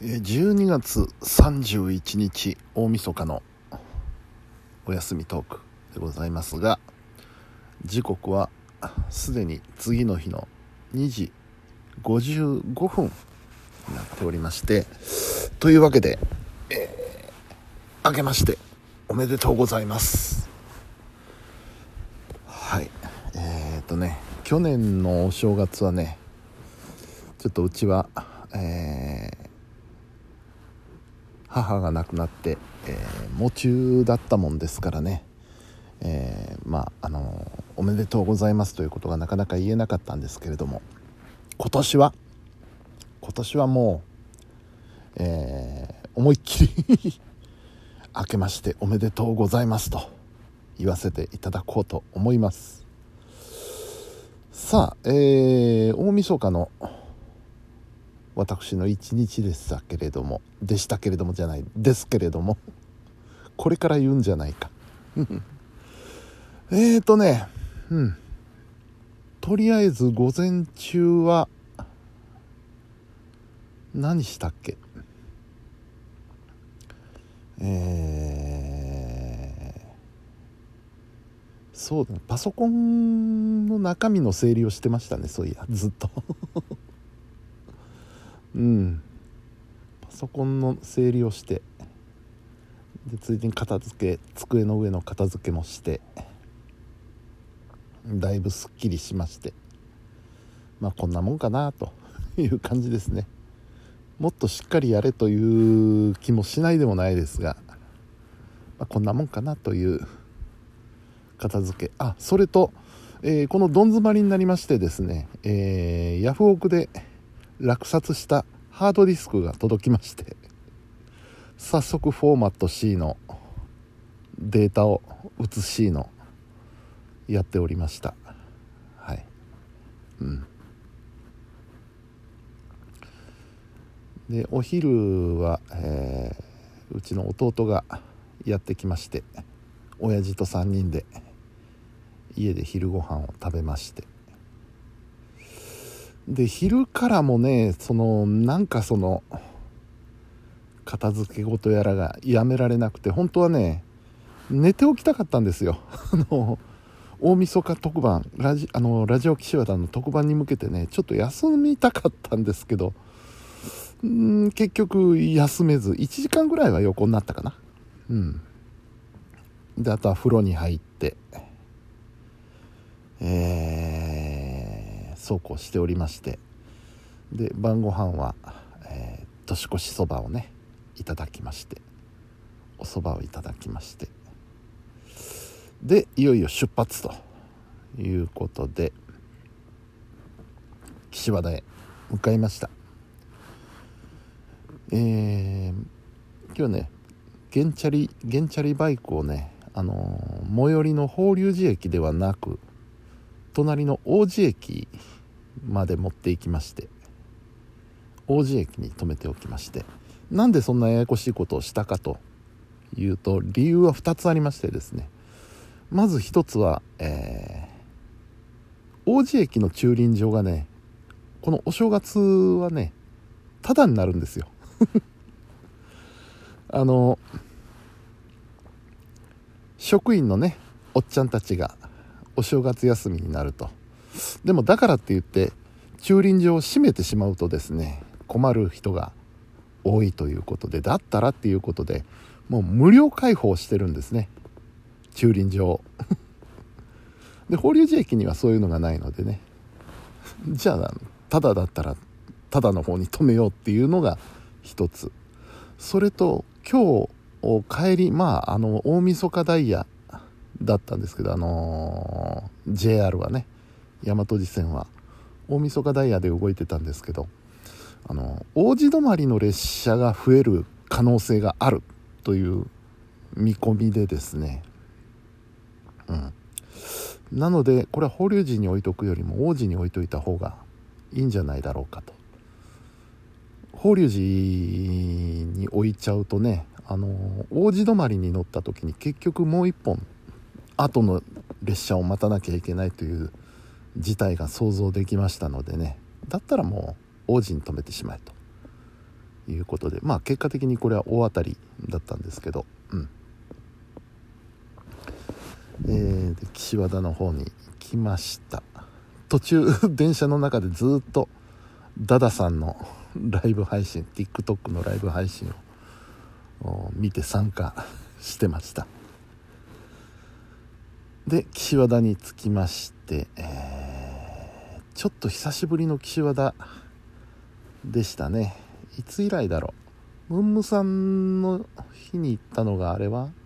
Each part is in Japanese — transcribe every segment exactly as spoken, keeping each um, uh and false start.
じゅうにがつさんじゅういちにち大晦日のお休みトークでございますが、時刻はすでに次の日のにじごじゅうごふんになっておりまして、というわけで、えー、明けましておめでとうございます。はいえーとね去年のお正月はね、ちょっとうちは、えー母が亡くなって、えー、喪中だったもんですからね、えー、まああのおめでとうございますということがなかなか言えなかったんですけれども、今年は今年はもう、えー、思いっきり明けましておめでとうございますと言わせていただこうと思います。さあ、えー、大晦日の私の一日でしたけれどもでしたけれどもじゃないですけれどもこれから言うんじゃないかえーとねうんとりあえず午前中は何したっけえーそうだねパソコンの中身の整理をしてましたね。そういやずっとうんパソコンの整理をして、でついでに片付け机の上の片付けもしてだいぶすっきりしまして、まあこんなもんかなという感じですね。もっとしっかりやれという気もしないでもないですが、まあ、こんなもんかなという片付け。あそれと、えー、このどん詰まりになりましてですね、えー、ヤフオクで落札したハードディスクが届きまして、早速フォーマット C のデータを写す C のやっておりました。はいうんでお昼は、えー、うちの弟がやってきまして、親父とさんにんで家で昼ご飯を食べまして、で昼からもねそのなんかその片付け事やらがやめられなくて、本当はね寝て起きたかったんですよあの大晦日特番ラジあのラジオ岸和田の特番に向けてねちょっと休みたかったんですけど、うーん結局休めずいちじかんぐらいは横になったかな。うんであとは風呂に入ってえー、そうこうしておりまして、で晩ご飯は、えー、年越しそばをねいただきまして、おそばをいただきまして、でいよいよ出発ということで岸和田へ向かいました。えー、今日ね原チャリ原チャリバイクをね、あのー、最寄りの法隆寺駅ではなく隣の王子駅まで持って行きまして、王子駅に止めておきまして、なんでそんなややこしいことをしたかというと理由はふたつありましてですね、まずひとつは、えー、王子駅の駐輪場がねこのお正月はねタダになるんですよあの職員のねおっちゃんたちがお正月休みになると。でもだからって言って駐輪場を閉めてしまうとですね困る人が多いということで、だったらっていうことでもう無料開放してるんですね駐輪場で法隆寺駅にはそういうのがないのでね、じゃあただだったらただの方に止めようっていうのが一つ。それと今日帰りまああの大晦日ダイヤだったんですけど、あのー、ジェイアール はね大和路線は大晦日ダイヤで動いてたんですけど、あの王子止まりの列車が増える可能性があるという見込みでですね、うんなのでこれは法隆寺に置いとくよりも王子に置いといた方がいいんじゃないだろうかと。法隆寺に置いちゃうとね、あの王子止まりに乗った時に結局もう一本後の列車を待たなきゃいけないという事態が想像できましたのでね、だったらもう王子に止めてしまえということで、まあ結果的にこれは大当たりだったんですけど、うんえー、で岸和田の方に来ました。途中電車の中でずっとダダさんのライブ配信 TikTok のライブ配信を見て参加してました。で岸和田に着きまして、えー、ちょっと久しぶりの岸和田でしたね。いつ以来だろう。ムンムさんの日に行ったのがあれは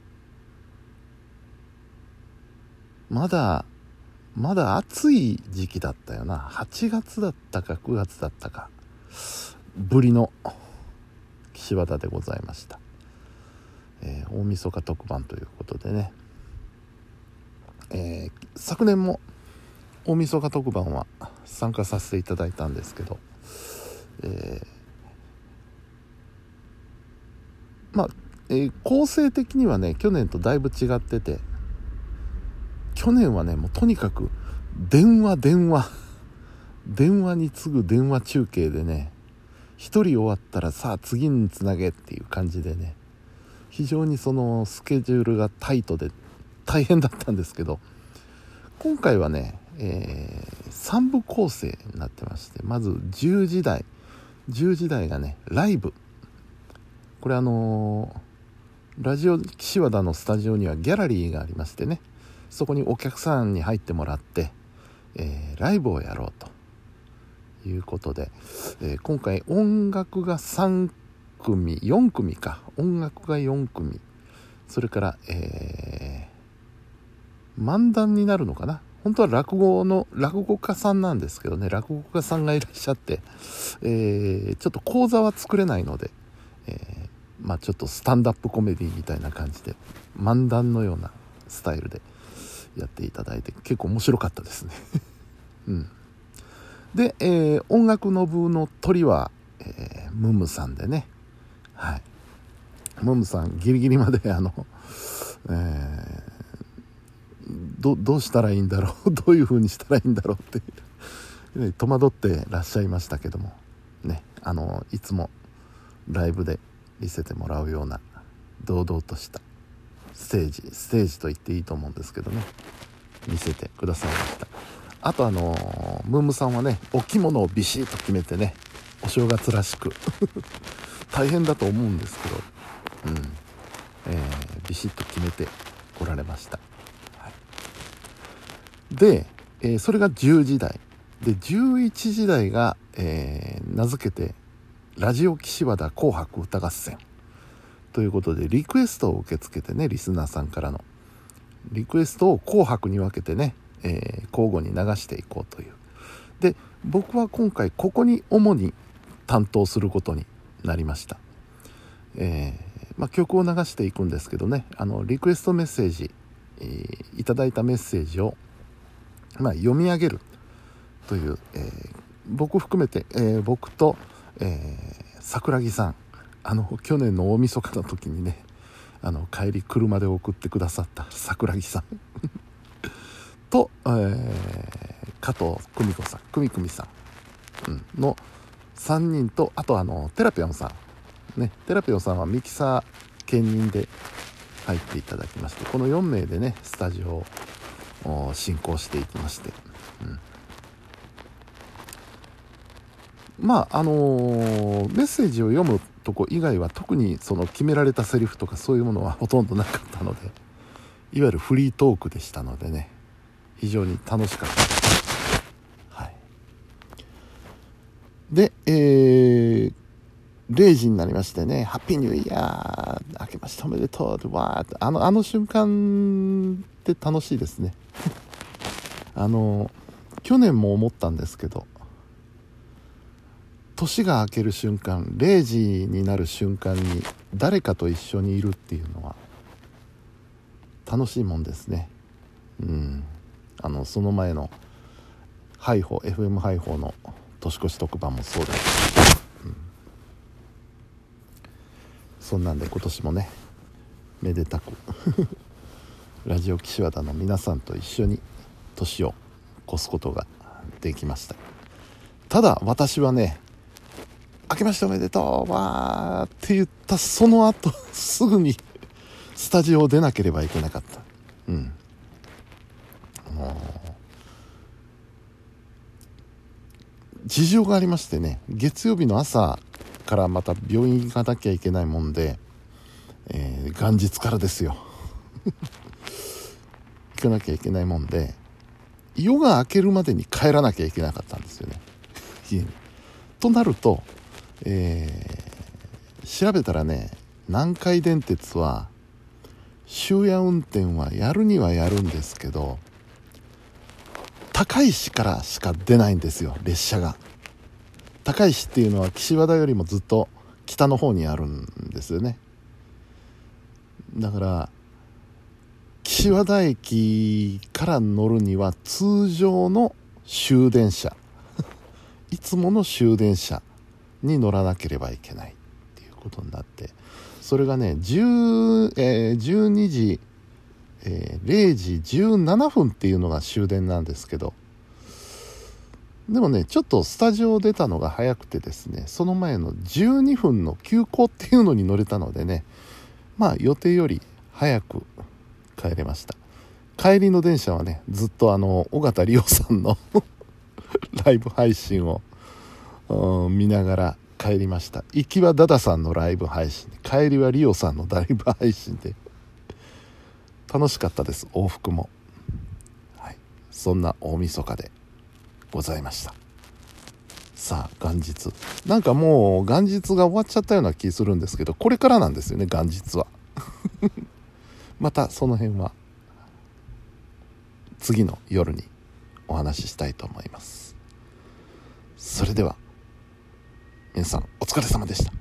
まだまだ暑い時期だったよな。はちがつだったかくがつだったかぶりの岸和田でございました。えー、大晦日特番ということでね、えー、昨年も大晦日特番は参加させていただいたんですけど、えー、まあ、えー、構成的にはね去年とだいぶ違ってて、去年はねもうとにかく電話電話電話に次ぐ電話中継でね、一人終わったらさあ次につなげっていう感じでね、非常にそのスケジュールがタイトで大変だったんですけど、今回はね、えー、さん部構成になってまして、まずじゅうじ台じゅうじ台がねライブ、これあのー、ラジオ岸和田のスタジオにはギャラリーがありましてね、そこにお客さんに入ってもらって、えー、ライブをやろうということで、えー、今回音楽がさんくみよんくみか音楽がよんくみ、それから、えー、漫談になるのかな。本当は落語の落語家さんなんですけどね、落語家さんがいらっしゃって、えー、ちょっと講座は作れないので、えー、まあちょっとスタンダップコメディみたいな感じで漫談のようなスタイルでやっていただいて結構面白かったですね、うん、で、えー、音楽の部の鳥は、えー、ムムさんでね、はい、ムムさんギリギリまであの、えー、ど, どうしたらいいんだろうどういう風にしたらいいんだろうって戸惑ってらっしゃいましたけどもね、あのいつもライブで見せてもらうような堂々としたステージステージと言っていいと思うんですけどね、見せてくださいました。あとあのムームさんはねお着物をビシッと決めてね、お正月らしく大変だと思うんですけど、うんえー、ビシッと決めておられました、はい、で、えー、それがじゅうじ台で、じゅういちじ台が、えー、名付けてラジオ岸和田紅白歌合戦ということで、リクエストを受け付けてね、リスナーさんからのリクエストを紅白に分けてね、えー、交互に流していこうという。で、僕は今回ここに主に担当することになりました。えーまあ、曲を流していくんですけどね、あのリクエストメッセージ、えー、いただいたメッセージを、まあ、読み上げるという、えー、僕含めて、えー、僕と、えー、桜木さん、あの去年の大晦日の時にね、あの帰り車で送ってくださった桜木さんと、えー、加藤久美子さん久美久美さん、うん、のさんにんと、あとあのテラピオンさんね、テラピオンさんはミキサー兼任で入っていただきまして、このよんめいでねスタジオを進行していきまして、うん、まああのー、メッセージを読むとこ以外は特にその決められたセリフとかそういうものはほとんどなかったので、いわゆるフリートークでしたのでね、非常に楽しかったです、はい、で、えー、れいじになりましてね、ハッピーニューイヤー明けましておめでとう、わーってあのあの瞬間って楽しいですねあの去年も思ったんですけど、年が明ける瞬間、れいじになる瞬間に誰かと一緒にいるっていうのは楽しいもんですね。うん、あのその前のハイホ エフエム ハイホの年越し特番もそうです、うん、そんなんで今年もねめでたくラジオ岸和田の皆さんと一緒に年を越すことができました。ただ私はね、 明けましておめでとうわーって言ったその後すぐにスタジオを出なければいけなかった。うんもう事情がありましてね、月曜日の朝からまた病院行かなきゃいけないもんで、えー、元日からですよ行かなきゃいけないもんで、夜が明けるまでに帰らなきゃいけなかったんですよね、家に。となると、えー、調べたらね、南海電鉄は終夜運転はやるにはやるんですけど、高石からしか出ないんですよ、列車が。高石っていうのは岸和田よりもずっと北の方にあるんですよね。だから岸和田駅から乗るには通常の終電車いつもの終電車に乗らなければいけないっていうことになって、それがねじゅう、えー、じゅうにじ、えー、れいじじゅうななふんっていうのが終電なんですけど、でもねちょっとスタジオ出たのが早くてですね、その前のじゅうにふんの急行っていうのに乗れたのでね、まあ予定より早く帰れました。帰りの電車はねずっとあの尾形里央さんのライブ配信を見ながら帰りました。行きはダダさんのライブ配信、帰りはリオさんのライブ配信で楽しかったです、往復も。はい、そんな大晦日でございました。さあ元日、なんかもう元日が終わっちゃったような気するんですけど、これからなんですよね元日はまたその辺は次の夜にお話ししたいと思います。それでは皆さんお疲れ様でした。